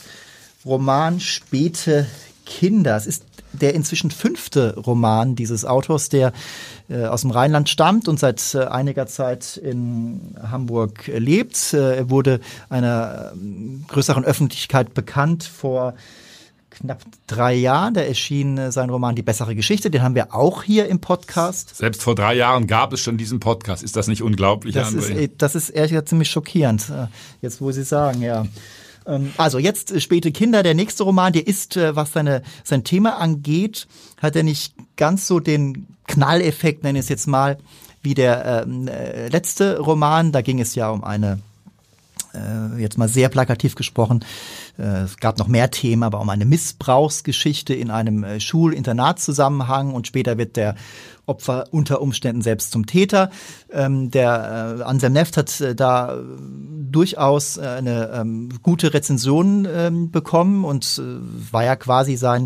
Roman Späte Kinder. Es ist der inzwischen fünfte Roman dieses Autors, der äh, aus dem Rheinland stammt und seit äh, einiger Zeit in Hamburg äh, lebt. Äh, er wurde einer äh, größeren Öffentlichkeit bekannt vor knapp drei Jahren. Da erschien äh, sein Roman Die bessere Geschichte. Den haben wir auch hier im Podcast. Selbst vor drei Jahren gab es schon diesen Podcast. Ist das nicht unglaublich, das André? Ist, das ist ehrlich gesagt ziemlich schockierend, äh, jetzt wo Sie sagen, ja. Also jetzt äh, Späte Kinder, der nächste Roman, der ist, äh, was seine, sein Thema angeht, hat er nicht ganz so den Knalleffekt, nenne ich es jetzt mal, wie der äh, letzte Roman. Da ging es ja um eine, äh, jetzt mal sehr plakativ gesprochen, äh, es gab noch mehr Themen, aber um eine Missbrauchsgeschichte in einem äh, Schul-Internatszusammenhang und später wird der Opfer unter Umständen selbst zum Täter. Ähm, der äh, Anselm Neft hat äh, da äh, durchaus äh, eine ähm, gute Rezension äh, bekommen und äh, war ja quasi sein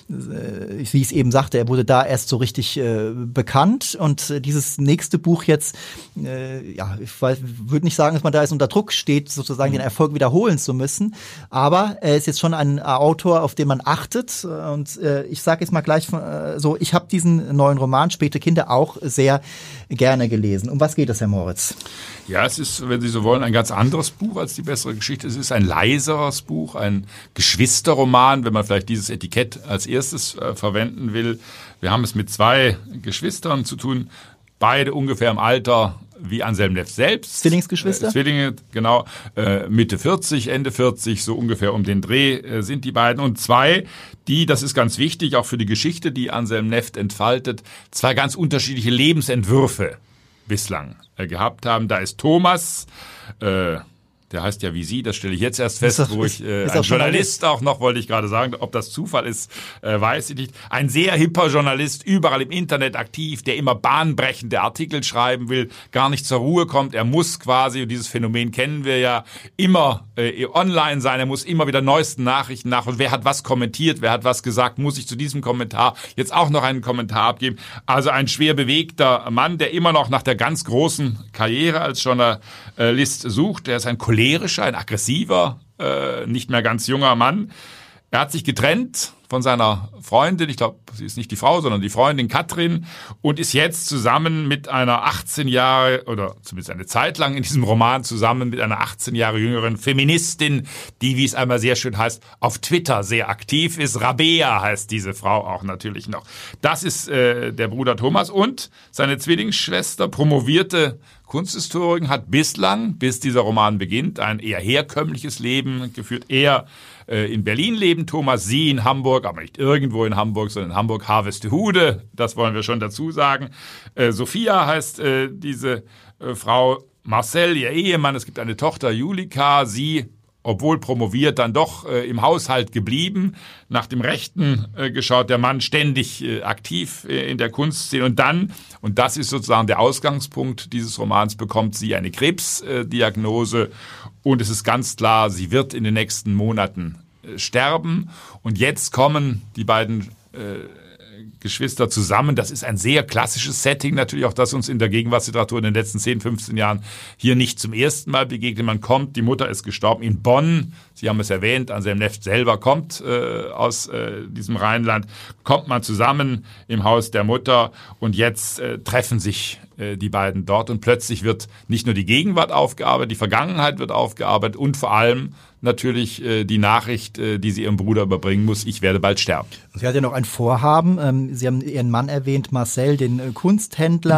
äh, wie ich es eben sagte, er wurde da erst so richtig äh, bekannt und äh, dieses nächste Buch jetzt, äh, ja, ich würde nicht sagen, dass man da jetzt unter Druck steht, sozusagen den Erfolg wiederholen zu müssen, aber er ist jetzt schon ein Autor, auf den man achtet und äh, ich sage jetzt mal gleich äh, so, ich habe diesen neuen Roman Späte Kinder auch sehr gerne gelesen. Um was geht es, Herr Moritz? Ja, es ist, wenn Sie so wollen, ein ganz anderes Buch als die bessere Geschichte. Es ist ein leiseres Buch, ein Geschwisterroman, wenn man vielleicht dieses Etikett als erstes äh, verwenden will. Wir haben es mit zwei Geschwistern zu tun, beide ungefähr im Alter wie Anselm Neff selbst. Zwillingsgeschwister? Äh, Zwillinge, genau. Äh, Mitte vierzig, Ende vierzig, so ungefähr um den Dreh äh, sind die beiden. Und zwei, die, das ist ganz wichtig, auch für die Geschichte, die Anselm Neff entfaltet, zwei ganz unterschiedliche Lebensentwürfe bislang äh, gehabt haben. Da ist Thomas, äh, der heißt ja wie Sie, das stelle ich jetzt erst fest, das, wo ich äh, ein Journalist, Journalist auch noch, wollte ich gerade sagen, ob das Zufall ist, äh, weiß ich nicht. Ein sehr hipper Journalist, überall im Internet aktiv, der immer bahnbrechende Artikel schreiben will, gar nicht zur Ruhe kommt. Er muss quasi, und dieses Phänomen kennen wir ja, immer äh, online sein. Er muss immer wieder neuesten Nachrichten nach. Und wer hat was kommentiert, wer hat was gesagt, muss ich zu diesem Kommentar jetzt auch noch einen Kommentar abgeben. Also ein schwer bewegter Mann, der immer noch nach der ganz großen Karriere als Journalist sucht. Der ist ein cholerischer, ein aggressiver, äh, nicht mehr ganz junger Mann. Er hat sich getrennt von seiner Freundin, ich glaube, sie ist nicht die Frau, sondern die Freundin Katrin und ist jetzt zusammen mit einer achtzehn Jahre, oder zumindest eine Zeit lang in diesem Roman zusammen mit einer achtzehn Jahre jüngeren Feministin, die, wie es einmal sehr schön heißt, auf Twitter sehr aktiv ist. Rabea heißt diese Frau auch natürlich noch. Das ist äh, der Bruder Thomas und seine Zwillingsschwester, promovierte Kunsthistorikerin, hat bislang, bis dieser Roman beginnt, ein eher herkömmliches Leben geführt. Er äh, in Berlin leben, Thomas, sie in Hamburg, aber nicht irgendwo in Hamburg, sondern in Hamburg Harvestehude, das wollen wir schon dazu sagen. Äh, Sophia heißt äh, diese äh, Frau, Marcel, ihr Ehemann, es gibt eine Tochter, Julika, sie, obwohl promoviert, dann doch äh, im Haushalt geblieben, nach dem Rechten äh, geschaut, der Mann ständig äh, aktiv äh, in der Kunstszene und dann, und das ist sozusagen der Ausgangspunkt dieses Romans, bekommt sie eine Krebsdiagnose äh, und es ist ganz klar, sie wird in den nächsten Monaten äh, sterben und jetzt kommen die beiden äh, Geschwister zusammen. Das ist ein sehr klassisches Setting, natürlich auch das uns in der Gegenwartsliteratur in den letzten zehn, fünfzehn Jahren hier nicht zum ersten Mal begegnet. Man kommt, die Mutter ist gestorben in Bonn, Sie haben es erwähnt, Anselm Neff selber kommt äh, aus äh, diesem Rheinland, kommt man zusammen im Haus der Mutter und jetzt äh, treffen sich äh, die beiden dort und plötzlich wird nicht nur die Gegenwart aufgearbeitet, die Vergangenheit wird aufgearbeitet und vor allem natürlich äh, die Nachricht, äh, die sie ihrem Bruder überbringen muss, ich werde bald sterben. Sie hat ja noch ein Vorhaben. Ähm, Sie haben Ihren Mann erwähnt, Marcel, den äh, Kunsthändler.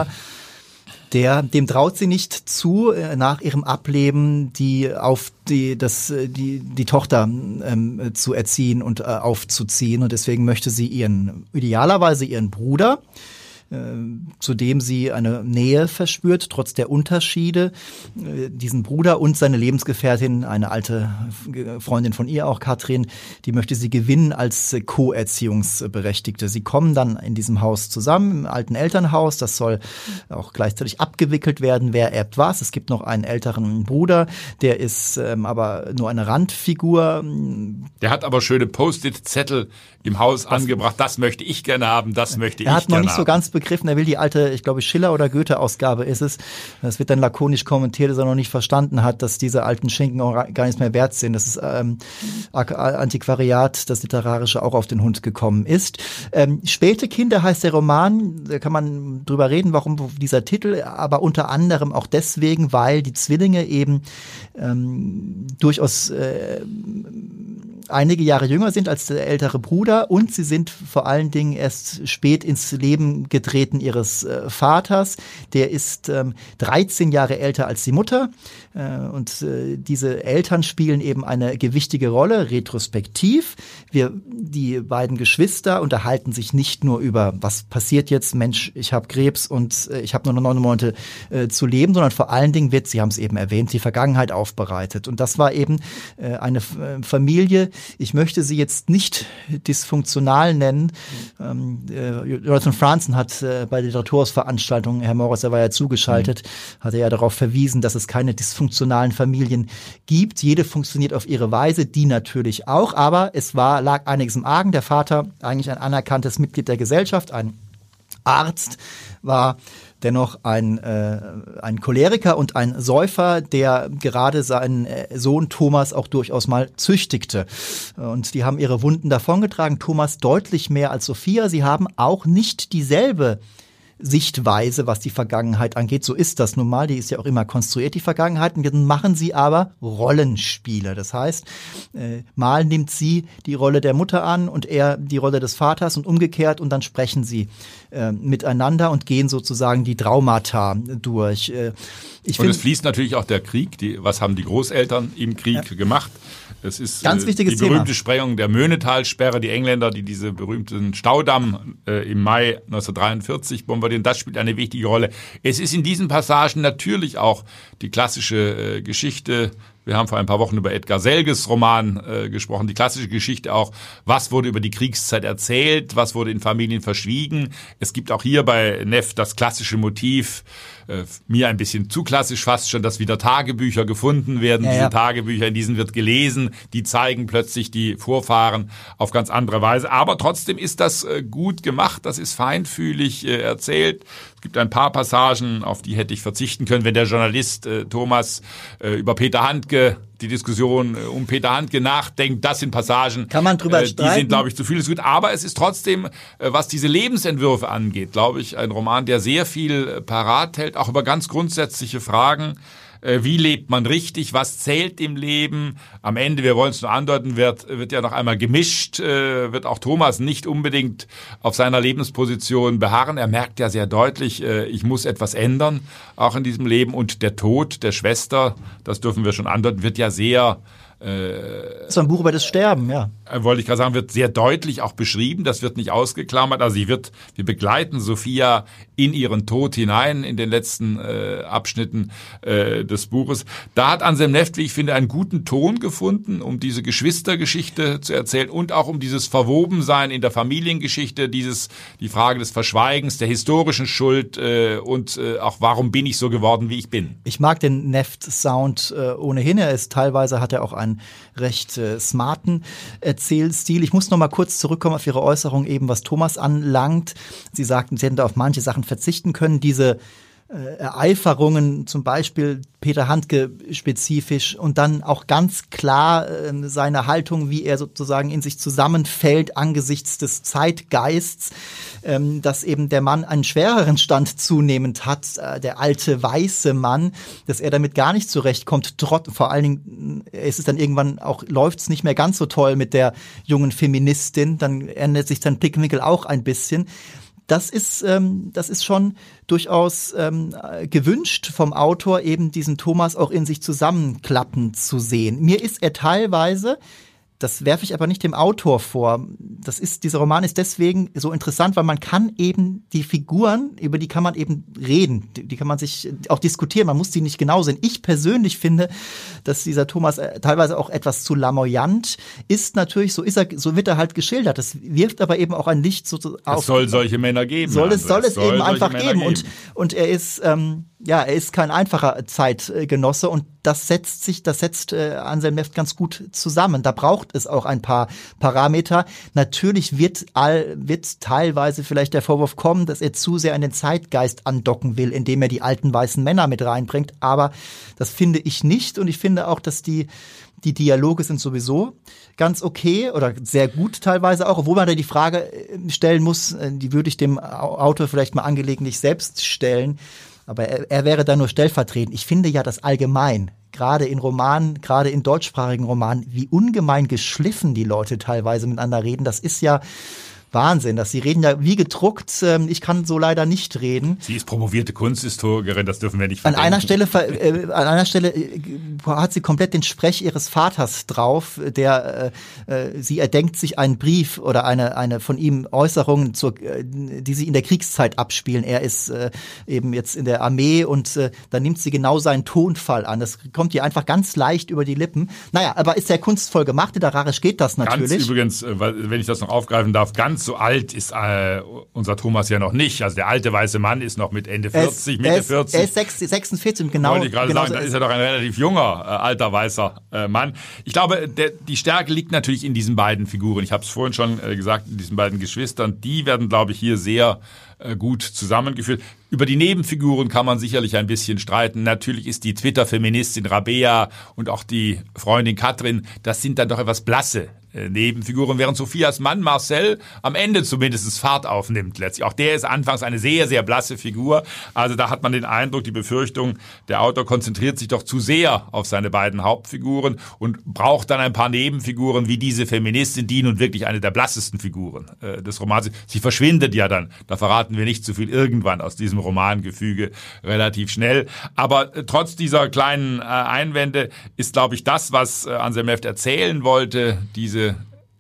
Der, dem traut sie nicht zu, äh, nach ihrem Ableben die auf die das die die Tochter ähm, zu erziehen und äh, aufzuziehen und deswegen möchte sie ihren idealerweise ihren Bruder, zu dem sie eine Nähe verspürt, trotz der Unterschiede. Diesen Bruder und seine Lebensgefährtin, eine alte Freundin von ihr, auch Katrin, die möchte sie gewinnen als Co-Erziehungsberechtigte. Sie kommen dann in diesem Haus zusammen, im alten Elternhaus. Das soll auch gleichzeitig abgewickelt werden, wer erbt was. Es gibt noch einen älteren Bruder, der ist ähm, aber nur eine Randfigur. Der hat aber schöne Post-it-Zettel im Haus das angebracht. Das möchte ich gerne haben, das möchte ich gerne haben. Er hat noch nicht so ganz begriffen, er will die alte, ich glaube Schiller- oder Goethe-Ausgabe ist es. Das wird dann lakonisch kommentiert, dass er noch nicht verstanden hat, dass diese alten Schinken auch gar nichts mehr wert sind. Das ist ähm, Antiquariat, das Literarische auch auf den Hund gekommen ist. Ähm, Späte Kinder heißt der Roman, da kann man drüber reden, warum dieser Titel, aber unter anderem auch deswegen, weil die Zwillinge eben ähm, durchaus äh, einige Jahre jünger sind als der ältere Bruder und sie sind vor allen Dingen erst spät ins Leben getreten ihres äh, Vaters. Der ist ähm, dreizehn Jahre älter als die Mutter äh, und äh, diese Eltern spielen eben eine gewichtige Rolle, retrospektiv. Wir, die beiden Geschwister unterhalten sich nicht nur über, was passiert jetzt, Mensch, ich habe Krebs und äh, ich habe nur noch neun Monate äh, zu leben, sondern vor allen Dingen wird, Sie haben es eben erwähnt, die Vergangenheit aufbereitet. Und das war eben äh, eine F- Familie, ich möchte sie jetzt nicht dysfunktional nennen. Ähm, äh, Jonathan Franzen hat äh, bei der Literatursveranstaltung, Herr Moritz, er war ja zugeschaltet, mhm. hat er ja darauf verwiesen, dass es keine dysfunktionalen Familien gibt. Jede funktioniert auf ihre Weise, die natürlich auch, aber es war, lag einiges im Argen. Der Vater, eigentlich ein anerkanntes Mitglied der Gesellschaft, ein Arzt, war dennoch ein, äh, ein Choleriker und ein Säufer, der gerade seinen äh, Sohn Thomas auch durchaus mal züchtigte. Und die haben ihre Wunden davongetragen. Thomas deutlich mehr als Sophia. Sie haben auch nicht dieselbe Sichtweise, was die Vergangenheit angeht. So ist das nun mal. Die ist ja auch immer konstruiert, die Vergangenheit. Und dann machen sie aber Rollenspiele. Das heißt, äh, mal nimmt sie die Rolle der Mutter an und er die Rolle des Vaters und umgekehrt. Und dann sprechen sie äh, miteinander und gehen sozusagen die Traumata durch. Äh, ich und find, es fließt natürlich auch der Krieg. Die, was haben die Großeltern im Krieg ja. gemacht? Es ist Ganz äh, wichtiges die berühmte Thema. Sprengung der Möhnetalsperre, die Engländer, die diese berühmten Staudamm äh, im Mai neunzehnhundertdreiundvierzig bombardieren, das spielt eine wichtige Rolle. Es ist in diesen Passagen natürlich auch die klassische äh, Geschichte. Wir haben vor ein paar Wochen über Edgar Selges Roman äh, gesprochen, die klassische Geschichte auch, was wurde über die Kriegszeit erzählt, was wurde in Familien verschwiegen. Es gibt auch hier bei Neff das klassische Motiv, äh, mir ein bisschen zu klassisch fast schon, dass wieder Tagebücher gefunden werden. Ja, Diese ja. Tagebücher, in diesen wird gelesen, die zeigen plötzlich die Vorfahren auf ganz andere Weise. Aber trotzdem ist das äh, gut gemacht, das ist feinfühlig äh, erzählt. Es gibt ein paar Passagen, auf die hätte ich verzichten können, wenn der Journalist äh, Thomas äh, über Peter Handke, die Diskussion äh, um Peter Handke nachdenkt. Das sind Passagen, kann man drüber äh, die streiten. sind, glaube ich, zu viel ist gut. Aber es ist trotzdem, äh, was diese Lebensentwürfe angeht, glaube ich, ein Roman, der sehr viel äh, parat hält, auch über ganz grundsätzliche Fragen. Wie lebt man richtig? Was zählt im Leben? Am Ende, wir wollen es nur andeuten, wird, wird ja noch einmal gemischt, äh, wird auch Thomas nicht unbedingt auf seiner Lebensposition beharren. Er merkt ja sehr deutlich, äh, ich muss etwas ändern, auch in diesem Leben. Und der Tod der Schwester, das dürfen wir schon andeuten, wird ja sehr... Äh, das ist ein Buch über das Sterben, ja. Wollte ich gerade sagen, wird sehr deutlich auch beschrieben, das wird nicht ausgeklammert. Also sie wird, wir begleiten Sophia in ihren Tod hinein, in den letzten äh, Abschnitten äh, des Buches. Da hat Anselm Neff, wie ich finde, einen guten Ton gefunden, um diese Geschwistergeschichte zu erzählen und auch um dieses Verwobensein in der Familiengeschichte, dieses, die Frage des Verschweigens, der historischen Schuld äh, und äh, auch warum bin ich so geworden, wie ich bin. Ich mag den Neff-Sound äh, ohnehin. Er ist teilweise, hat er auch einen recht äh, smarten Erzählstil. Ich muss noch mal kurz zurückkommen auf Ihre Äußerung eben, was Thomas anlangt. Sie sagten, Sie hätten da auf manche Sachen verzichten können. Diese äh, Ereiferungen, zum Beispiel Peter Handke spezifisch und dann auch ganz klar äh, seine Haltung, wie er sozusagen in sich zusammenfällt angesichts des Zeitgeists, ähm, dass eben der Mann einen schwereren Stand zunehmend hat, äh, der alte weiße Mann, dass er damit gar nicht zurechtkommt. Trotz, vor allen Dingen ist es dann irgendwann auch, läuft es nicht mehr ganz so toll mit der jungen Feministin, dann ändert sich sein Blickwinkel auch ein bisschen. Das ist, ähm, das ist schon durchaus ähm, gewünscht vom Autor, eben diesen Thomas auch in sich zusammenklappen zu sehen. Mir ist er teilweise, das werfe ich aber nicht dem Autor vor, das ist, dieser Roman ist deswegen so interessant, weil man kann eben die Figuren, über die kann man eben reden, die, die kann man sich auch diskutieren, man muss die nicht genau sehen. Ich persönlich finde, dass dieser Thomas teilweise auch etwas zu lamoyant ist, natürlich, so ist er, so wird er halt geschildert. Das wirft aber eben auch ein Licht so auf. Es soll solche Männer geben. Soll es, soll es, soll es eben einfach Männer geben. geben. Und, und er ist, ähm, ja, er ist kein einfacher Zeitgenosse und das setzt sich, das setzt äh, Anselm Neff ganz gut zusammen. Da braucht es auch ein paar Parameter. Natürlich wird all, wird teilweise vielleicht der Vorwurf kommen, dass er zu sehr an den Zeitgeist andocken will, indem er die alten weißen Männer mit reinbringt. Aber das finde ich nicht und ich finde auch, dass die Die Dialoge sind sowieso ganz okay oder sehr gut teilweise auch, obwohl man da die Frage stellen muss, die würde ich dem Autor vielleicht mal angelegentlich selbst stellen, aber er, er wäre da nur stellvertretend. Ich finde ja, dass allgemein, gerade in Romanen, gerade in deutschsprachigen Romanen, wie ungemein geschliffen die Leute teilweise miteinander reden, das ist ja Wahnsinn, dass Sie reden ja wie gedruckt. Ähm, ich kann so leider nicht reden. Sie ist promovierte Kunsthistorikerin, das dürfen wir nicht verdenken. An einer Stelle, äh, an einer Stelle äh, hat sie komplett den Sprech ihres Vaters drauf, der äh, sie erdenkt sich einen Brief oder eine eine von ihm Äußerungen, zur, äh, die sie in der Kriegszeit abspielen. Er ist äh, eben jetzt in der Armee und äh, dann nimmt sie genau seinen Tonfall an. Das kommt ihr einfach ganz leicht über die Lippen. Naja, aber ist sehr kunstvoll gemacht. Literarisch geht das natürlich. Ganz übrigens, wenn ich das noch aufgreifen darf, ganz so alt ist äh, unser Thomas ja noch nicht. Also der alte weiße Mann ist noch mit Ende vierzig, Mitte vierzig. Er ist sechsundvierzig, genau. Wollte ich gerade genau sagen, so dann ist er doch ein relativ junger, äh, alter weißer äh, Mann. Ich glaube, der, die Stärke liegt natürlich in diesen beiden Figuren. Ich habe es vorhin schon äh, gesagt, in diesen beiden Geschwistern. Die werden, glaube ich, hier sehr äh, gut zusammengeführt. Über die Nebenfiguren kann man sicherlich ein bisschen streiten. Natürlich ist die Twitter-Feministin Rabea und auch die Freundin Katrin, das sind dann doch etwas blasse äh, Nebenfiguren, während Sophias Mann Marcel am Ende zumindest Fahrt aufnimmt letztlich. Auch der ist anfangs eine sehr, sehr blasse Figur. Also da hat man den Eindruck, die Befürchtung, der Autor konzentriert sich doch zu sehr auf seine beiden Hauptfiguren und braucht dann ein paar Nebenfiguren wie diese Feministin, die nun wirklich eine der blassesten Figuren äh, des Romans ist. Sie verschwindet ja dann, da verraten wir nicht zu viel, irgendwann aus diesem Romangefüge relativ schnell. Aber äh, trotz dieser kleinen äh, Einwände ist, glaube ich, das, was äh, Anselm Left erzählen wollte, diese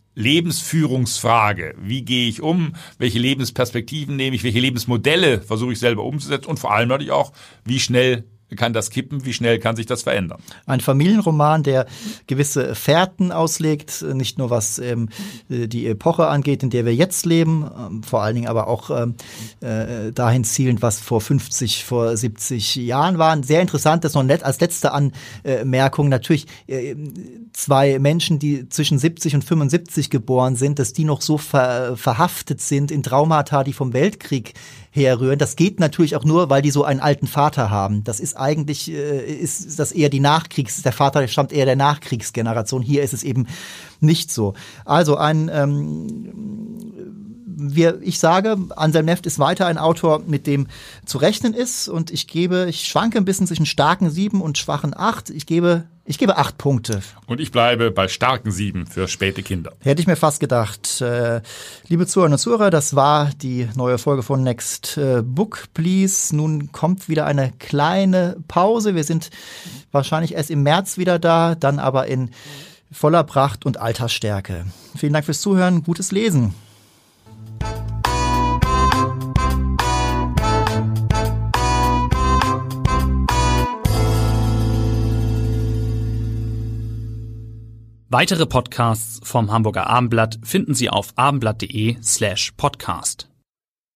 Lebensführungsfrage. Wie gehe ich um? Welche Lebensperspektiven nehme ich? Welche Lebensmodelle versuche ich selber umzusetzen? Und vor allem natürlich auch, wie schnell kann das kippen? Wie schnell kann sich das verändern? Ein Familienroman, der gewisse Fährten auslegt, nicht nur was ähm, die Epoche angeht, in der wir jetzt leben, ähm, vor allen Dingen aber auch ähm, äh, dahin zielend, was vor fünfzig, vor siebzig Jahren war. Sehr interessant, das noch als letzte Anmerkung, natürlich äh, zwei Menschen, die zwischen siebzig und fünfundsiebzig geboren sind, dass die noch so ver- verhaftet sind in Traumata, die vom Weltkrieg herrühren. Das geht natürlich auch nur, weil die so einen alten Vater haben. Das ist eigentlich, äh, ist das eher die Nachkriegs-, der Vater stammt eher der Nachkriegsgeneration. Hier ist es eben nicht so. Also ein, ähm, wir, ich sage, Anselm Left ist weiter ein Autor, mit dem zu rechnen ist, und ich gebe, ich schwanke ein bisschen zwischen starken sieben und schwachen acht. Ich gebe Ich gebe acht Punkte. Und ich bleibe bei starken sieben für späte Kinder. Hätte ich mir fast gedacht. Äh, liebe Zuhörerinnen und Zuhörer, das war die neue Folge von Next äh, Book Please. Nun kommt wieder eine kleine Pause. Wir sind wahrscheinlich erst im März wieder da, dann aber in voller Pracht und Altersstärke. Vielen Dank fürs Zuhören. Gutes Lesen. Weitere Podcasts vom Hamburger Abendblatt finden Sie auf abendblatt.de slash podcast.